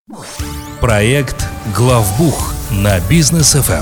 Проект «Главбух» на Бизнес ФМ.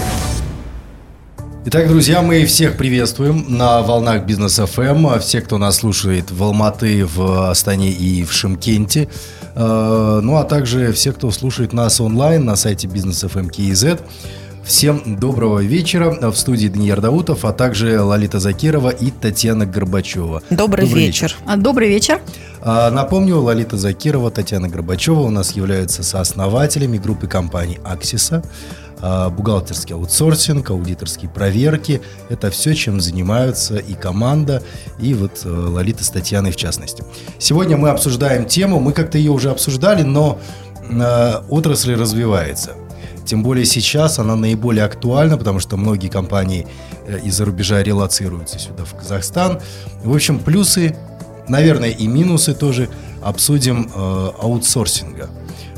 Итак, друзья, мы всех приветствуем на волнах Бизнес ФМ. Все, кто нас слушает в Алматы, в Астане и в Шымкенте. Ну, а также все, кто слушает нас онлайн на сайте Бизнес ФМ КИЗ. Всем доброго вечера. В студии Даниил Даутов, а также Лолита Закирова и Татьяна Горбачева. Добрый вечер. Добрый вечер. Напомню, Лолита Закирова, Татьяна Горбачева у нас являются сооснователями группы компаний «Аксиса». Бухгалтерский аутсорсинг, аудиторские проверки. Это все, чем занимаются и команда, и вот Лолита с Татьяной в частности. Сегодня мы обсуждаем тему, мы как-то ее уже обсуждали, но отрасль развивается. Тем более сейчас она наиболее актуальна, потому что многие компании из-за рубежа релоцируются сюда, в Казахстан. В общем, плюсы, наверное, и минусы тоже обсудим аутсорсинга.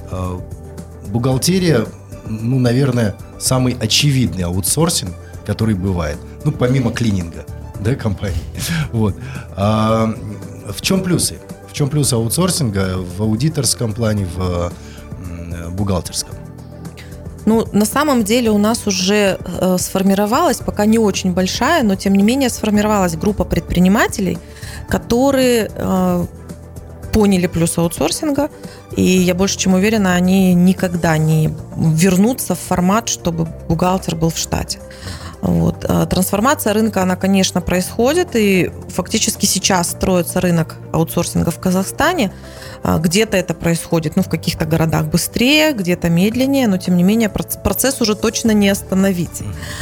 Бухгалтерия, ну, наверное, самый очевидный аутсорсинг, который бывает. Ну, помимо клининга, да, компании. Вот. В чем плюсы? В чем плюсы аутсорсинга в аудиторском плане, в бухгалтерском? Ну, на самом деле у нас уже сформировалась, пока не очень большая, но тем не менее сформировалась группа предпринимателей, которые поняли плюс аутсорсинга, и я больше чем уверена, они никогда не вернутся в формат, чтобы бухгалтер был в штате. Вот. Трансформация рынка, она, конечно, происходит, и фактически сейчас строится рынок аутсорсинга в Казахстане. Где-то это происходит, в каких-то городах быстрее, где-то медленнее, но, тем не менее, процесс уже точно не остановить.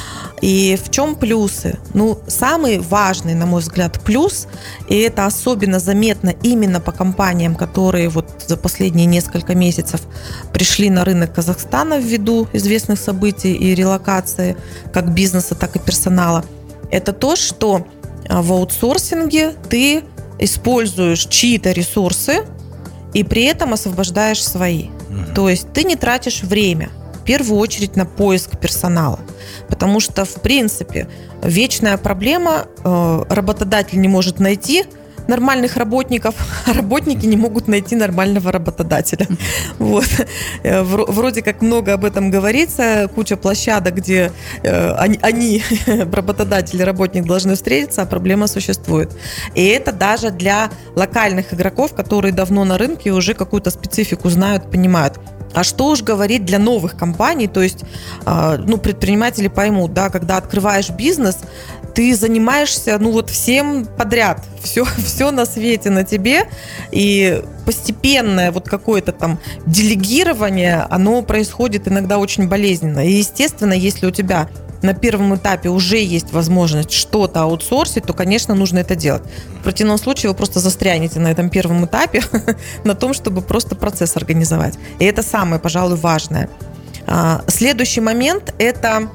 И в чем плюсы? Ну, самый важный, на мой взгляд, плюс, и это особенно заметно именно по компаниям, которые вот за последние несколько месяцев пришли на рынок Казахстана ввиду известных событий и релокации как бизнеса, так и персонала, это то, что в аутсорсинге ты используешь чьи-то ресурсы и при этом освобождаешь свои. То есть ты не тратишь время, в первую очередь, на поиск персонала. Потому что, в принципе, вечная проблема, работодатель не может найти нормальных работников, а работники не могут найти нормального работодателя. Вот. Вроде как много об этом говорится, куча площадок, где они, работодатель и работник, должны встретиться, а проблема существует. И это даже для локальных игроков, которые давно на рынке уже какую-то специфику знают, понимают. А что уж говорить для новых компаний, то есть предприниматели поймут, да, когда открываешь бизнес, ты занимаешься всем подряд, все на свете на тебе, и постепенное какое-то там делегирование, оно происходит иногда очень болезненно. И, естественно, если у тебя на первом этапе уже есть возможность что-то аутсорсить, то, конечно, нужно это делать. В противном случае вы просто застрянете на этом первом этапе на том, чтобы просто процесс организовать. И это самое, пожалуй, важное. Следующий момент – это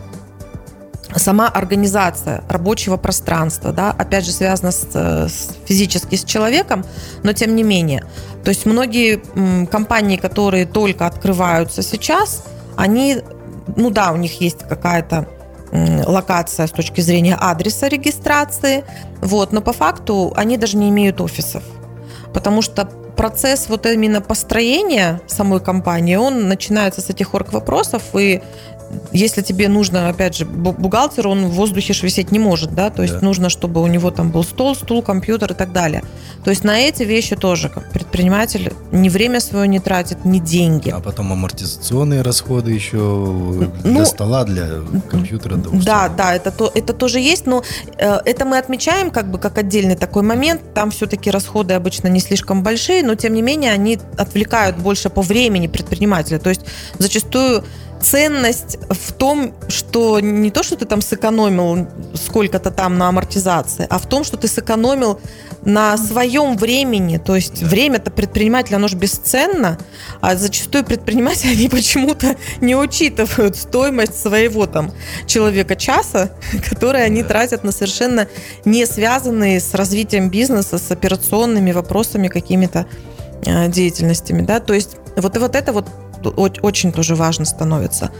сама организация рабочего пространства. Да? Опять же, связано физически с человеком, но тем не менее. То есть многие компании, которые только открываются сейчас, они, у них есть какая-то локация с точки зрения адреса регистрации, но по факту они даже не имеют офисов, потому что процесс именно построения самой компании, он начинается с этих орг-вопросов, и если тебе нужно, опять же, бухгалтер, он в воздухе висеть не может, да, то есть нужно, чтобы у него там был стол, стул, компьютер и так далее. То есть на эти вещи тоже предприниматель ни время свое не тратит, ни деньги. А потом амортизационные расходы еще для стола, для компьютера. Да, это тоже есть, но это мы отмечаем как отдельный такой момент. Там все-таки расходы обычно не слишком большие, но тем не менее они отвлекают больше по времени предпринимателя. То есть зачастую ценность в том, что не то, что ты там сэкономил сколько-то там на амортизации, а в том, что ты сэкономил на своем времени. То есть время-то предпринимателя, оно же бесценно, а зачастую предприниматели, они почему-то не учитывают стоимость своего там человека-часа, который они тратят на совершенно не связанные с развитием бизнеса, с операционными вопросами, какими-то деятельностями. Да? То есть вот это очень тоже важно становится.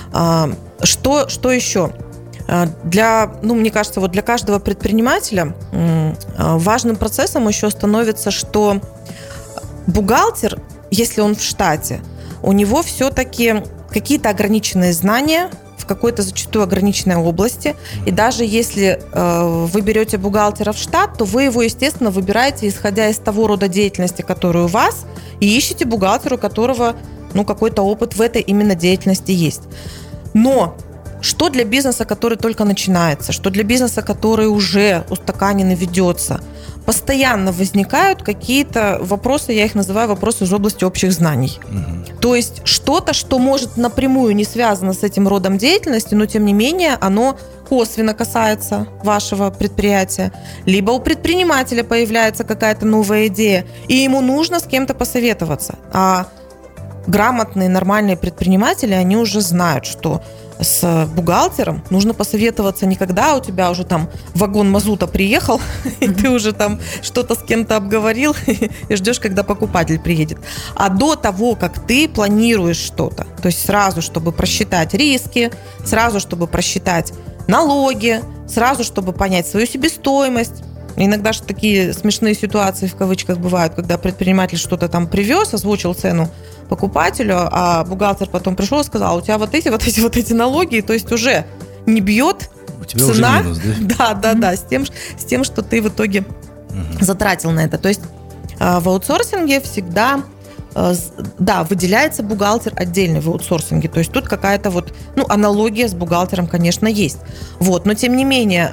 Что еще? Мне кажется, для каждого предпринимателя важным процессом еще становится, что бухгалтер, если он в штате, у него все-таки какие-то ограниченные знания в какой-то зачастую ограниченной области. И даже если вы берете бухгалтера в штат, то вы его, естественно, выбираете, исходя из того рода деятельности, который у вас, и ищете бухгалтера, у которого какой-то опыт в этой именно деятельности есть. Но что для бизнеса, который только начинается, что для бизнеса, который уже устаканен и ведется, постоянно возникают какие-то вопросы, я их называю вопросы из области общих знаний. То есть что-то, что может напрямую не связано с этим родом деятельности, но тем не менее оно косвенно касается вашего предприятия. Либо у предпринимателя появляется какая-то новая идея, и ему нужно с кем-то посоветоваться. А грамотные, нормальные предприниматели, они уже знают, что с бухгалтером нужно посоветоваться не когда у тебя уже там вагон мазута приехал, и ты уже там что-то с кем-то обговорил и ждешь, когда покупатель приедет, а до того, как ты планируешь что-то. То есть сразу, чтобы просчитать риски, сразу, чтобы просчитать налоги, сразу, чтобы понять свою себестоимость. Иногда же такие смешные ситуации в кавычках бывают, когда предприниматель что-то там привез, озвучил цену покупателю, а бухгалтер потом пришел и сказал: у тебя вот эти налоги, то есть уже не бьет у тебя цена. Уже минус, да? Да, с тем, что ты в итоге затратил на это. То есть в аутсорсинге всегда выделяется бухгалтер отдельный в аутсорсинге. То есть тут какая-то аналогия с бухгалтером, конечно, есть. Но тем не менее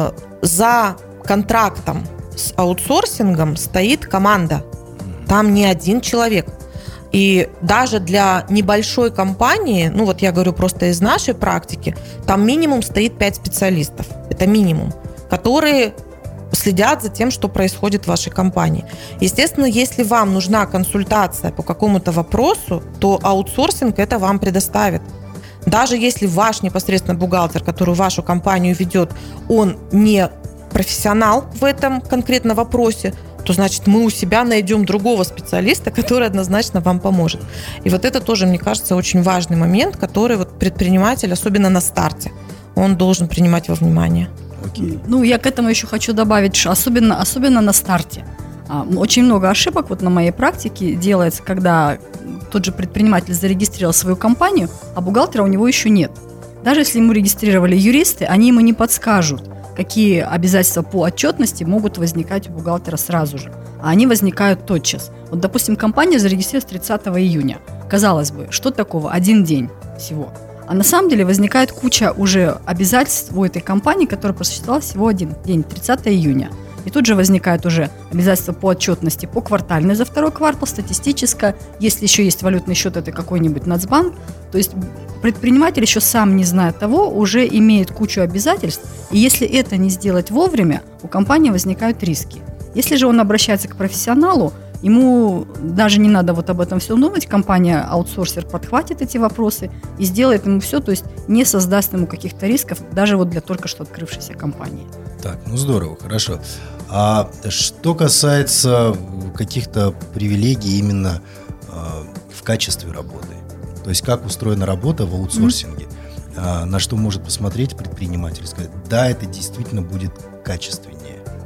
за контрактом с аутсорсингом стоит команда. Там не один человек. И даже для небольшой компании, я говорю просто из нашей практики, там минимум стоит 5 специалистов. Это минимум, которые следят за тем, что происходит в вашей компании. Естественно, если вам нужна консультация по какому-то вопросу, то аутсорсинг это вам предоставит. Даже если ваш непосредственно бухгалтер, который вашу компанию ведет, он не профессионал в этом конкретном вопросе, то значит мы у себя найдем другого специалиста, который однозначно вам поможет. И это тоже, мне кажется, очень важный момент, который предприниматель, особенно на старте, он должен принимать во внимание. Okay. Я к этому еще хочу добавить, что особенно на старте. Очень много ошибок на моей практике делается, когда тот же предприниматель зарегистрировал свою компанию, а бухгалтера у него еще нет. Даже если ему регистрировали юристы, они ему не подскажут, какие обязательства по отчетности могут возникать у бухгалтера сразу же. А они возникают тотчас. Допустим, компания зарегистрировалась 30 июня. Казалось бы, что такого? Один день всего. А на самом деле возникает куча уже обязательств у этой компании, которая просуществовала всего один день, 30 июня. И тут же возникает уже обязательство по отчетности по квартальной за второй квартал, статистическое. Если еще есть валютный счет, это какой-нибудь Нацбанк. То есть предприниматель еще сам, не зная того, уже имеет кучу обязательств. И если это не сделать вовремя, у компании возникают риски. Если же он обращается к профессионалу, ему даже не надо об этом все думать, компания-аутсорсер подхватит эти вопросы и сделает ему все, то есть не создаст ему каких-то рисков, даже для только что открывшейся компании. Так, здорово, хорошо. А что касается каких-то привилегий именно в качестве работы, то есть как устроена работа в аутсорсинге, на что может посмотреть предприниматель и сказать: да, это действительно будет качественнее?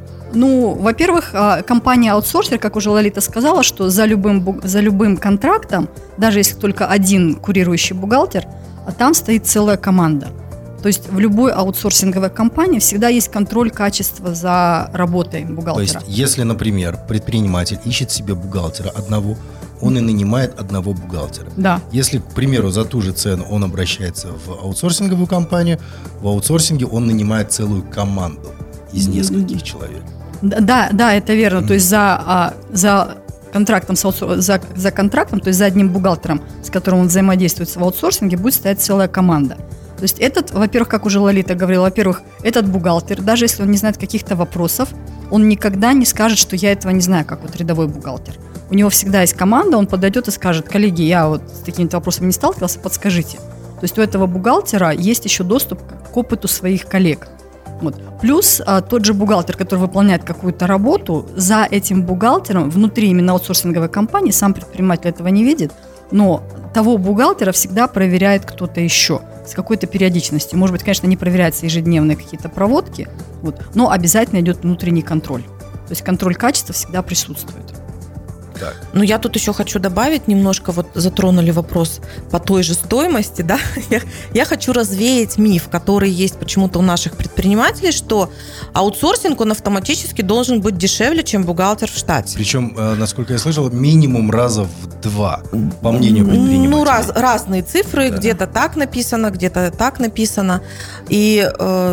Во-первых, компания-аутсорсер, как уже Лолита сказала, что за любым контрактом, даже если только один курирующий бухгалтер, там стоит целая команда. То есть в любой аутсорсинговой компании всегда есть контроль качества за работой бухгалтера. То есть если, например, предприниматель ищет себе бухгалтера одного, он и нанимает одного бухгалтера. Да. Если, к примеру, за ту же цену он обращается в аутсорсинговую компанию, в аутсорсинге он нанимает целую команду из нескольких человек. Да, это верно. То есть за контрактом, за контрактом, то есть за одним бухгалтером, с которым он взаимодействует в аутсорсинге, будет стоять целая команда. То есть во-первых, как уже Лолита говорила, этот бухгалтер, даже если он не знает каких-то вопросов, он никогда не скажет, что я этого не знаю, как рядовой бухгалтер. У него всегда есть команда, он подойдет и скажет: коллеги, я с такими-то вопросами не сталкивался, подскажите. То есть у этого бухгалтера есть еще доступ к опыту своих коллег. Плюс тот же бухгалтер, который выполняет какую-то работу, за этим бухгалтером внутри именно аутсорсинговой компании, сам предприниматель этого не видит, но того бухгалтера всегда проверяет кто-то еще с какой-то периодичностью. Может быть, конечно, не проверяются ежедневные какие-то проводки, но обязательно идет внутренний контроль. То есть контроль качества всегда присутствует. Так. Но я тут еще хочу добавить, немножко вот затронули вопрос по той же стоимости, да, я хочу развеять миф, который есть почему-то у наших предпринимателей, что аутсорсинг, он автоматически должен быть дешевле, чем бухгалтер в штате. Причем, насколько я слышал, минимум раза в 2, по мнению предпринимателей. Ну, разные цифры, да. Где-то так написано, где-то так написано. И,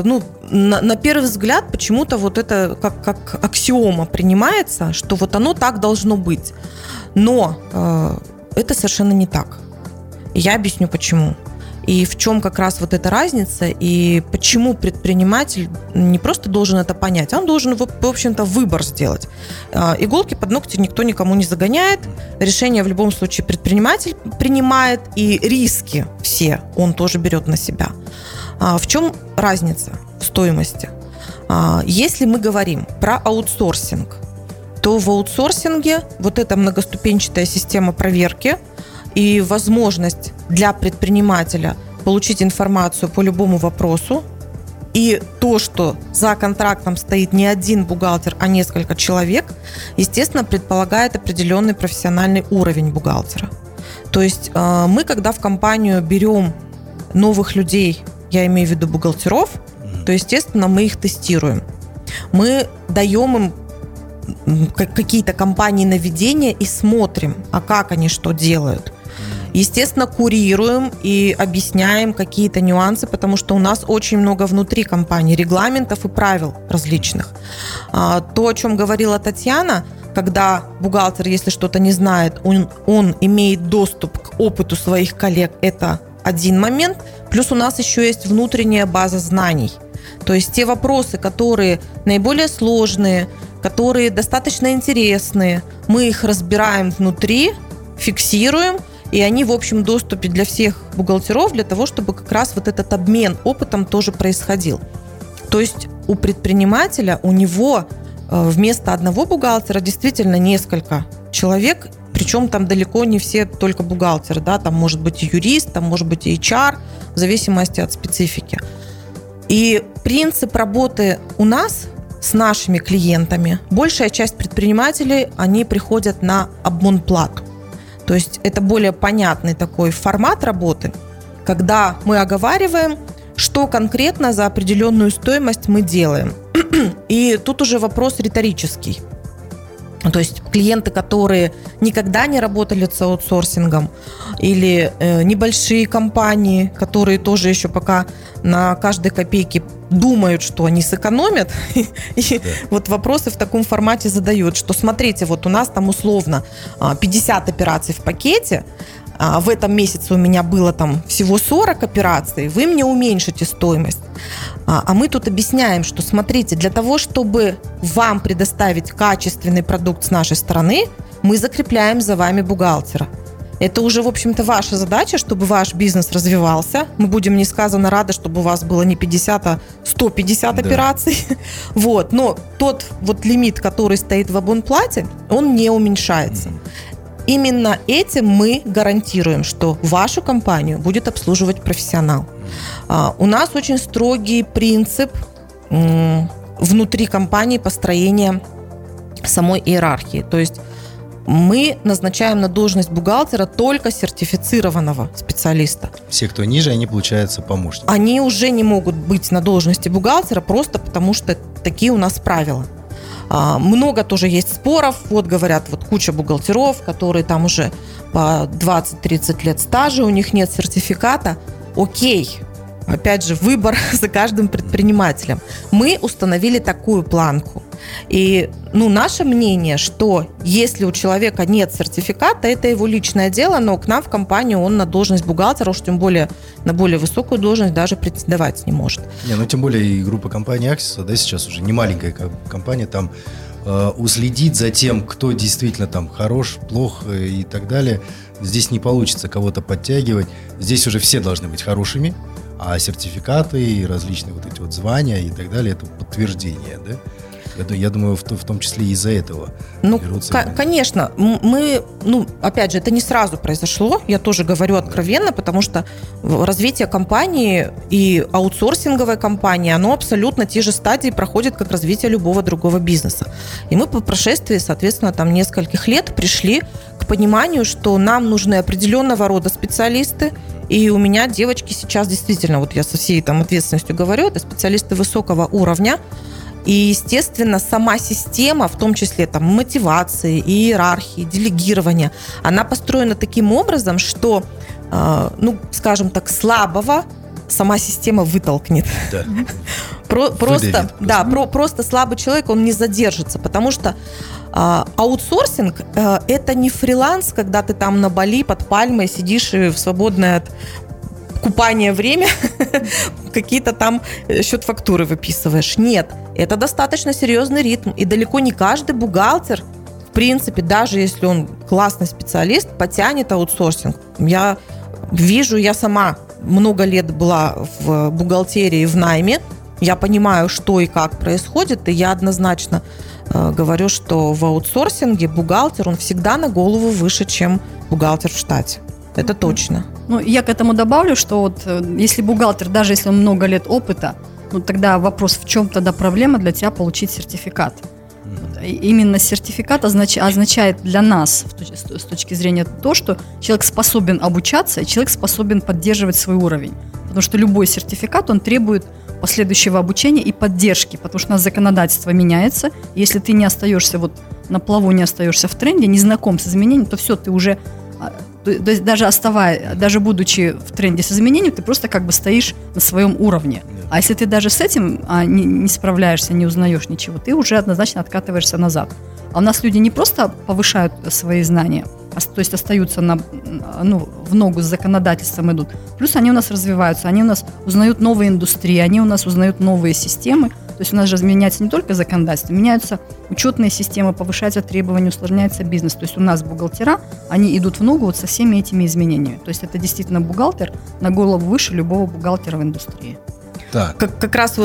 на первый взгляд почему-то вот это как аксиома принимается, что вот оно так должно быть. Но это совершенно не так. И я объясню, почему. И в чем как раз вот эта разница, и почему предприниматель не просто должен это понять, а он должен, в общем-то, выбор сделать. Иголки под ногти никто никому не загоняет, решение в любом случае предприниматель принимает, и риски все он тоже берет на себя. В чем разница в стоимости? Если мы говорим про аутсорсинг, то в аутсорсинге вот эта многоступенчатая система проверки и возможность для предпринимателя получить информацию по любому вопросу, и то, что за контрактом стоит не один бухгалтер, а несколько человек, естественно, предполагает определенный профессиональный уровень бухгалтера. То есть мы, когда в компанию берем новых людей, я имею в виду бухгалтеров, то, естественно, мы их тестируем. Мы даем им какие-то компании на ведение и смотрим, а как они что делают. Естественно, курируем и объясняем какие-то нюансы, потому что у нас очень много внутри компании регламентов и правил различных. То, о чем говорила Татьяна, когда бухгалтер, если что-то не знает, он имеет доступ к опыту своих коллег, это один момент. Плюс у нас еще есть внутренняя база знаний. То есть те вопросы, которые наиболее сложные, которые достаточно интересные, мы их разбираем внутри, фиксируем, и они в общем доступе для всех бухгалтеров, для того, чтобы как раз вот этот обмен опытом тоже происходил. То есть у предпринимателя, у него вместо одного бухгалтера действительно несколько человек, причем там далеко не все только бухгалтеры, да, там может быть и юрист, там может быть и HR, в зависимости от специфики. И принцип работы у нас с нашими клиентами, большая часть предпринимателей, они приходят на абонплату. То есть это более понятный такой формат работы, когда мы оговариваем, что конкретно за определенную стоимость мы делаем. И тут уже вопрос риторический. То есть клиенты, которые никогда не работали с аутсорсингом, или небольшие компании, которые тоже еще пока на каждой копейке думают, что они сэкономят, и вот вопросы в таком формате задают, что смотрите, вот у нас там условно 50 операций в пакете, в этом месяце у меня было там всего 40 операций, вы мне уменьшите стоимость. А мы тут объясняем, что смотрите, для того, чтобы вам предоставить качественный продукт с нашей стороны, мы закрепляем за вами бухгалтера. Это уже, в общем-то, ваша задача, чтобы ваш бизнес развивался. Мы будем несказанно рады, чтобы у вас было не 50, а 150 операций. Вот. Но тот вот лимит, который стоит в абонплате, он не уменьшается. Именно этим мы гарантируем, что вашу компанию будет обслуживать профессионал. У нас очень строгий принцип внутри компании построения самой иерархии. То есть мы назначаем на должность бухгалтера только сертифицированного специалиста. Все, кто ниже, они, получается, помощники. Они уже не могут быть на должности бухгалтера просто потому, что такие у нас правила. Много тоже есть споров. Вот говорят, вот куча бухгалтеров, которые там уже по 20-30 лет стажа, у них нет сертификата. Окей. Опять же, выбор за каждым предпринимателем. Мы установили такую планку. И наше мнение, что если у человека нет сертификата, это его личное дело, но к нам в компанию он на должность бухгалтера, уж тем более на более высокую должность даже претендовать не может. Тем более и группа компаний Axis, да, сейчас уже не маленькая компания, там уследить за тем, кто действительно там хорош, плох и так далее, здесь не получится кого-то подтягивать. Здесь уже все должны быть хорошими, а сертификаты и различные вот эти вот звания и так далее, это подтверждение, да? Я думаю, в том числе из-за этого. Ну, конечно. Мы, опять же, это не сразу произошло, я тоже говорю откровенно, потому что развитие компании и аутсорсинговой компании, оно абсолютно те же стадии проходит, как развитие любого другого бизнеса. И мы по прошествии, соответственно, там нескольких лет пришли к пониманию, что нам нужны определенного рода специалисты. И у меня девочки сейчас действительно, вот я со всей там ответственностью говорю, это специалисты высокого уровня. И, естественно, сама система, в том числе там мотивации, иерархии, делегирования, она построена таким образом, что, скажем так, слабого сама система вытолкнет. Да. Просто слабый человек, он не задержится, потому что аутсорсинг – это не фриланс, когда ты там на Бали под пальмой сидишь и в свободное от купания время какие-то там счет-фактуры выписываешь. Нет, это достаточно серьезный ритм, и далеко не каждый бухгалтер, в принципе, даже если он классный специалист, потянет аутсорсинг. Я вижу, я сама много лет была в бухгалтерии в найме, я понимаю, что и как происходит, и я однозначно говорю, что в аутсорсинге бухгалтер, он всегда на голову выше, чем бухгалтер в штате. Это точно. Я к этому добавлю, что вот если бухгалтер, даже если он много лет опыта, тогда вопрос, в чем тогда проблема для тебя получить сертификат? Именно сертификат означает для нас с точки зрения то, что человек способен обучаться, и человек способен поддерживать свой уровень. Потому что любой сертификат, он требует последующего обучения и поддержки, потому что у нас законодательство меняется. Если ты не остаешься на плаву, не остаешься в тренде, не знаком с изменениями, то все, ты уже, то есть даже будучи в тренде с изменениями, ты просто как бы стоишь на своем уровне. А если ты даже с этим не справляешься, не узнаешь ничего, ты уже однозначно откатываешься назад. А у нас люди не просто повышают свои знания, то есть остаются в ногу с законодательством идут. Плюс они у нас развиваются, они у нас узнают новые индустрии, они у нас узнают новые системы. То есть у нас же меняется не только законодательство, меняются учетные системы, повышаются требования, усложняется бизнес. То есть у нас бухгалтера, они идут в ногу со всеми этими изменениями. То есть это действительно бухгалтер на голову выше любого бухгалтера в индустрии. Так. Как раз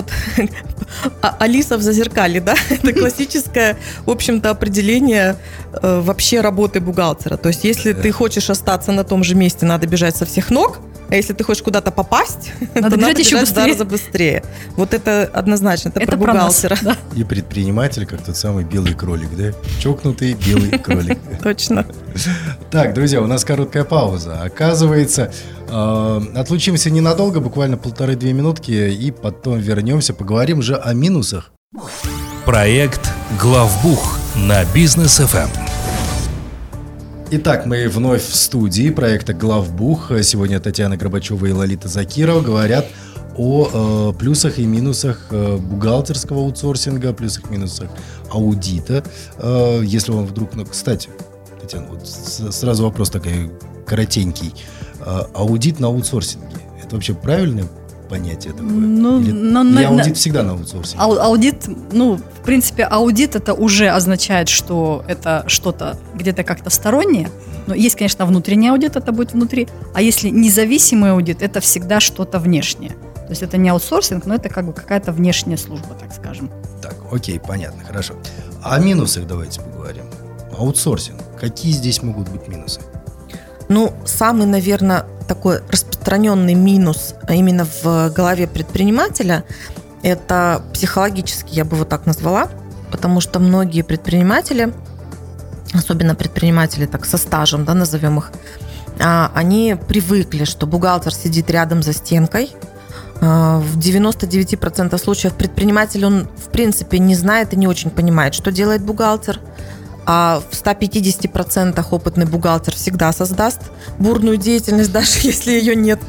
Алиса в зазеркалье, да? Это классическое, в общем-то, определение вообще работы бухгалтера. То есть если ты хочешь остаться на том же месте, надо бежать со всех ног, а если ты хочешь куда-то попасть, то надо бежать еще быстрее. Вот это однозначно, это про бухгалтера. Нас, да. И предприниматель, как тот самый белый кролик, да? Чокнутый белый кролик. Точно. Так, друзья, у нас короткая пауза. Оказывается, отлучимся ненадолго, буквально 1,5-2 минутки, и потом вернемся, поговорим же о минусах. Проект «Главбух» на Бизнес FM. Итак, мы вновь в студии проекта «Главбух». Сегодня Татьяна Горбачева и Лолита Закирова говорят о плюсах и минусах бухгалтерского аутсорсинга, плюсах и минусах аудита. Если он вдруг... Кстати, Татьяна, сразу вопрос такой коротенький. Аудит на аутсорсинге – это вообще правильное понятие такое? Или аудит всегда на аутсорсинге? Аудит, в принципе, аудит это уже означает, что это что-то где-то как-то стороннее. Но есть, конечно, внутренний аудит, это будет внутри. А если независимый аудит, это всегда что-то внешнее. То есть это не аутсорсинг, но это как бы какая-то внешняя служба, так скажем. Так, окей, понятно, хорошо. О минусах давайте поговорим. Аутсорсинг. Какие здесь могут быть минусы? Самый, наверное, такой распространенный минус именно в голове предпринимателя – это психологический, я бы его так назвала, потому что многие предприниматели, особенно предприниматели так со стажем, да, назовем их, они привыкли, что бухгалтер сидит рядом за стенкой. В 99% случаев предприниматель, он в принципе не знает и не очень понимает, что делает бухгалтер. А в 150% опытный бухгалтер всегда создаст бурную деятельность, даже если ее нет.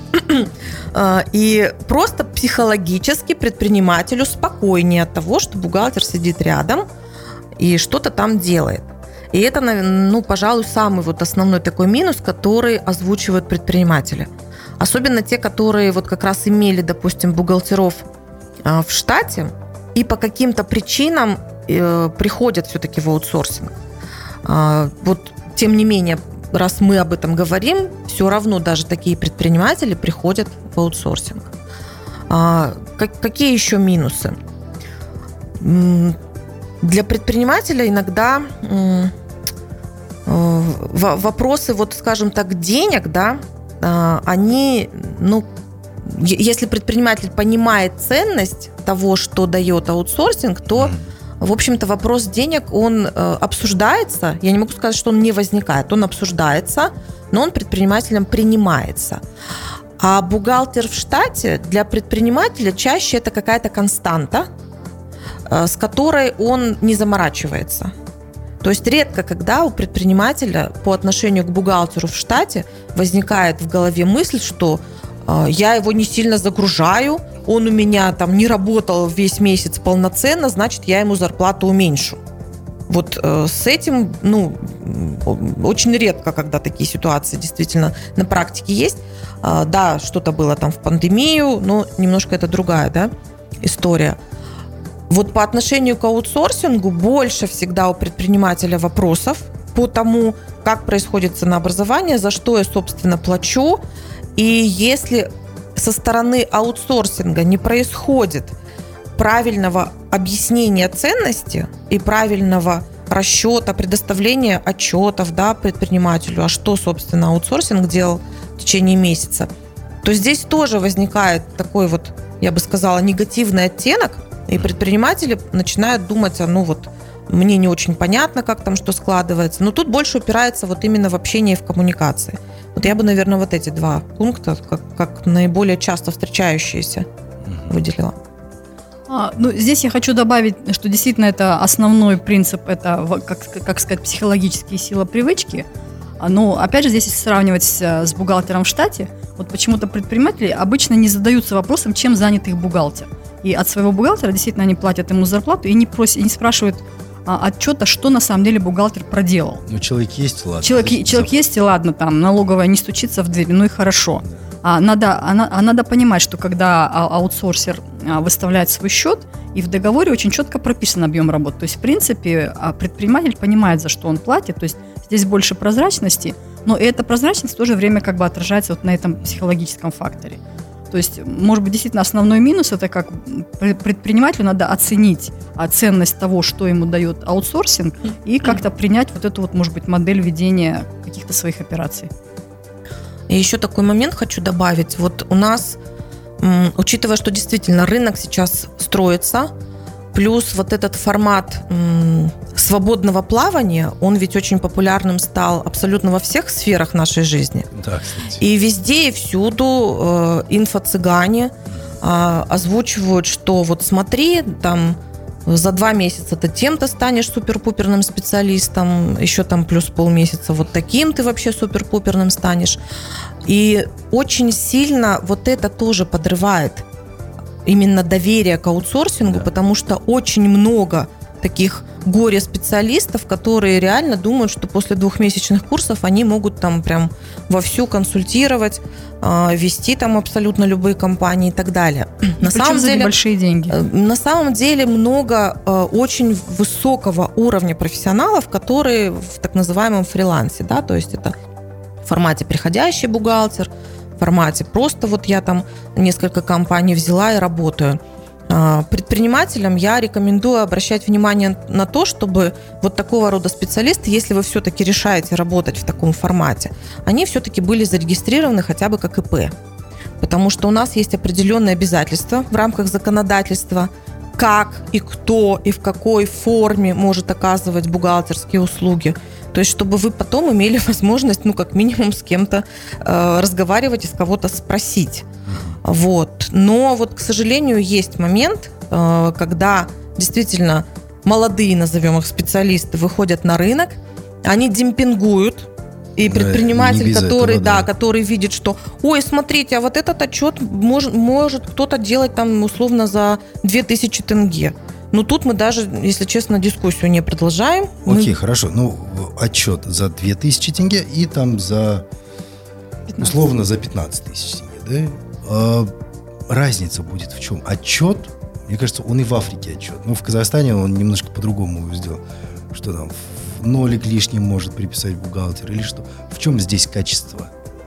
И просто психологически предпринимателю спокойнее от того, что бухгалтер сидит рядом и что-то там делает. И это, пожалуй, самый основной такой минус, который озвучивают предприниматели. Особенно те, которые как раз имели, допустим, бухгалтеров в штате и по каким-то причинам приходят все-таки в аутсорсинг. Тем не менее, раз мы об этом говорим, все равно даже такие предприниматели приходят в аутсорсинг. Какие еще минусы? Для предпринимателя иногда вопросы, вот, скажем так, денег, да, они, если предприниматель понимает ценность того, что дает аутсорсинг, то, в общем-то, вопрос денег, он обсуждается. Я не могу сказать, что он не возникает. Он обсуждается, но он предпринимателем принимается. А бухгалтер в штате для предпринимателя чаще это какая-то константа, с которой он не заморачивается. То есть редко, когда у предпринимателя по отношению к бухгалтеру в штате возникает в голове мысль, что я его не сильно загружаю, он у меня там не работал весь месяц полноценно, значит, я ему зарплату уменьшу. Вот с этим, очень редко, когда такие ситуации действительно на практике есть. Да, что-то было там в пандемию, но немножко это другая, да, история. Вот по отношению к аутсорсингу больше всегда у предпринимателя вопросов по тому, как происходит ценообразование, за что я, собственно, плачу. И если со стороны аутсорсинга не происходит правильного объяснения ценности и правильного расчета, предоставления отчетов, да, предпринимателю, а что, собственно, аутсорсинг делал в течение месяца, то здесь тоже возникает такой вот, я бы сказала, негативный оттенок, и предприниматели начинают думать, мне не очень понятно, как там что складывается. Но тут больше упирается вот именно в общение и в коммуникации. Вот я бы, наверное, вот эти два пункта, как наиболее часто встречающиеся, выделила. Здесь я хочу добавить, что действительно это основной принцип, это, как сказать, психологические силы привычки. Но, опять же, здесь если сравнивать с бухгалтером в штате, вот почему-то предприниматели обычно не задаются вопросом, чем занят их бухгалтер. И от своего бухгалтера действительно они платят ему зарплату и не спрашивают отчета, что на самом деле бухгалтер проделал. Человек есть, ладно. Человек есть, и ладно, там налоговая не стучится в дверь, и хорошо. Надо понимать, что когда аутсорсер выставляет свой счет, и в договоре очень четко прописан объем работы. То есть, в принципе, предприниматель понимает, за что он платит. То есть, здесь больше прозрачности, но и эта прозрачность в то же время как бы отражается вот на этом психологическом факторе. То есть, может быть, действительно основной минус – это как предпринимателю надо оценить ценность того, что ему дает аутсорсинг, и как-то принять вот эту вот, может быть, модель ведения каких-то своих операций. И еще такой момент хочу добавить. Вот у нас, учитывая, что действительно рынок сейчас строится, плюс вот этот формат свободного плавания, он ведь очень популярным стал абсолютно во всех сферах нашей жизни. Да, кстати. И везде и всюду инфо-цыгане озвучивают, что вот смотри, там за 2 месяца ты тем-то станешь супер-пуперным специалистом, еще там плюс полмесяца вот таким ты вообще супер-пуперным станешь. И очень сильно вот это тоже подрывает именно доверие к аутсорсингу, да. Потому что очень много таких горе-специалистов, которые реально думают, что после 2-месячных курсов они могут там прям вовсю консультировать, вести там абсолютно любые компании и так далее. На самом деле большие деньги. На самом деле много очень высокого уровня профессионалов, которые в так называемом фрилансе, да, то есть это в формате приходящий бухгалтер, в формате просто вот я там несколько компаний взяла и работаю. Предпринимателям я рекомендую обращать внимание на то, чтобы вот такого рода специалисты, если вы все-таки решаете работать в таком формате, они все-таки были зарегистрированы хотя бы как ИП. Потому что у нас есть определенные обязательства в рамках законодательства, как и кто и в какой форме может оказывать бухгалтерские услуги. То есть, чтобы вы потом имели возможность, как минимум, с кем-то разговаривать и с кого-то спросить. Вот. Но вот, к сожалению, есть момент, когда действительно молодые, назовем их, специалисты выходят на рынок, они демпингуют, и предприниматель, который видит, что, ой, смотрите, а вот этот отчет может кто-то делать там условно за 2000 тенге. Но тут мы даже, если честно, дискуссию не продолжаем. Окей, хорошо. Отчет за 2000 тенге и там за, 15. Условно, за 15 тысяч тенге, да? Разница будет в чем? Отчет, мне кажется, он и в Африке отчет. В Казахстане он немножко по-другому его сделал. Что там, нолик лишний может приписать бухгалтер или что? В чем здесь качество?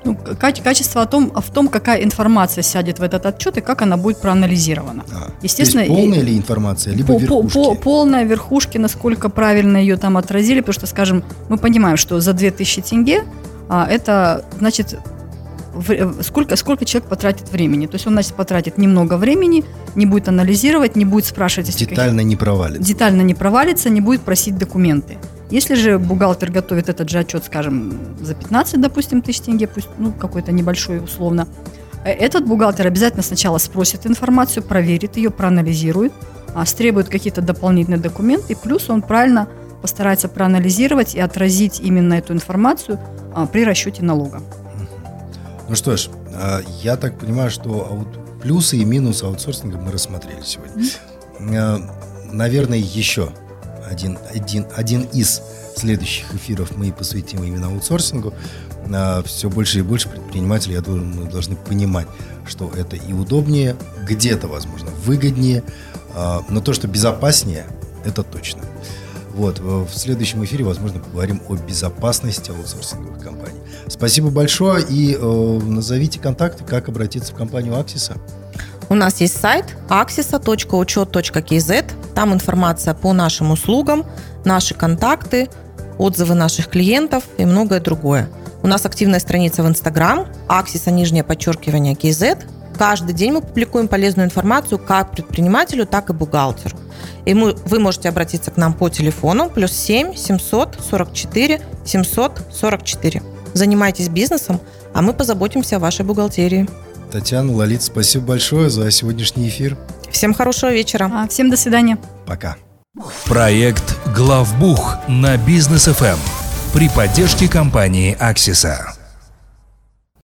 Ну, качество в том, какая информация сядет в этот отчет и как она будет проанализирована. Естественно, то есть полная ли информация, либо верхушки? Полная верхушки, насколько правильно ее там отразили, потому что, скажем, мы понимаем, что за 2000 тенге это значит, сколько человек потратит времени. То есть он, значит, потратит немного времени, не будет анализировать, не будет спрашивать. Детально не провалится. Детально не провалится, не будет просить документы. Если же бухгалтер готовит этот же отчет, скажем, за 15, допустим, тысяч тенге, пусть, какой-то небольшой условно, этот бухгалтер обязательно сначала спросит информацию, проверит ее, проанализирует, стребует какие-то дополнительные документы, плюс он правильно постарается проанализировать и отразить именно эту информацию при расчете налога. Ну что ж, я так понимаю, что плюсы и минусы аутсорсинга мы рассмотрели сегодня. Наверное, еще один из следующих эфиров мы посвятим именно аутсорсингу. Все больше и больше предпринимателей, я думаю, должны понимать, что это и удобнее, где-то, возможно, выгоднее, но то, что безопаснее, это точно. Вот, в следующем эфире, возможно, поговорим о безопасности аутсорсинговых компаний. Спасибо большое и назовите контакты, как обратиться в компанию Аксиса. У нас есть сайт axisa.учет.kz. Там информация по нашим услугам, наши контакты, отзывы наших клиентов и многое другое. У нас активная страница в Instagram axisa_KZ. Каждый день мы публикуем полезную информацию как предпринимателю, так и бухгалтеру. И вы можете обратиться к нам по телефону +7 744 744. Занимайтесь бизнесом, а мы позаботимся о вашей бухгалтерии. Татьяна, Лолита, спасибо большое за сегодняшний эфир. Всем хорошего вечера. Всем до свидания. Пока. Проект «Главбух» на Бизнес ФМ при поддержке компании Аксиса.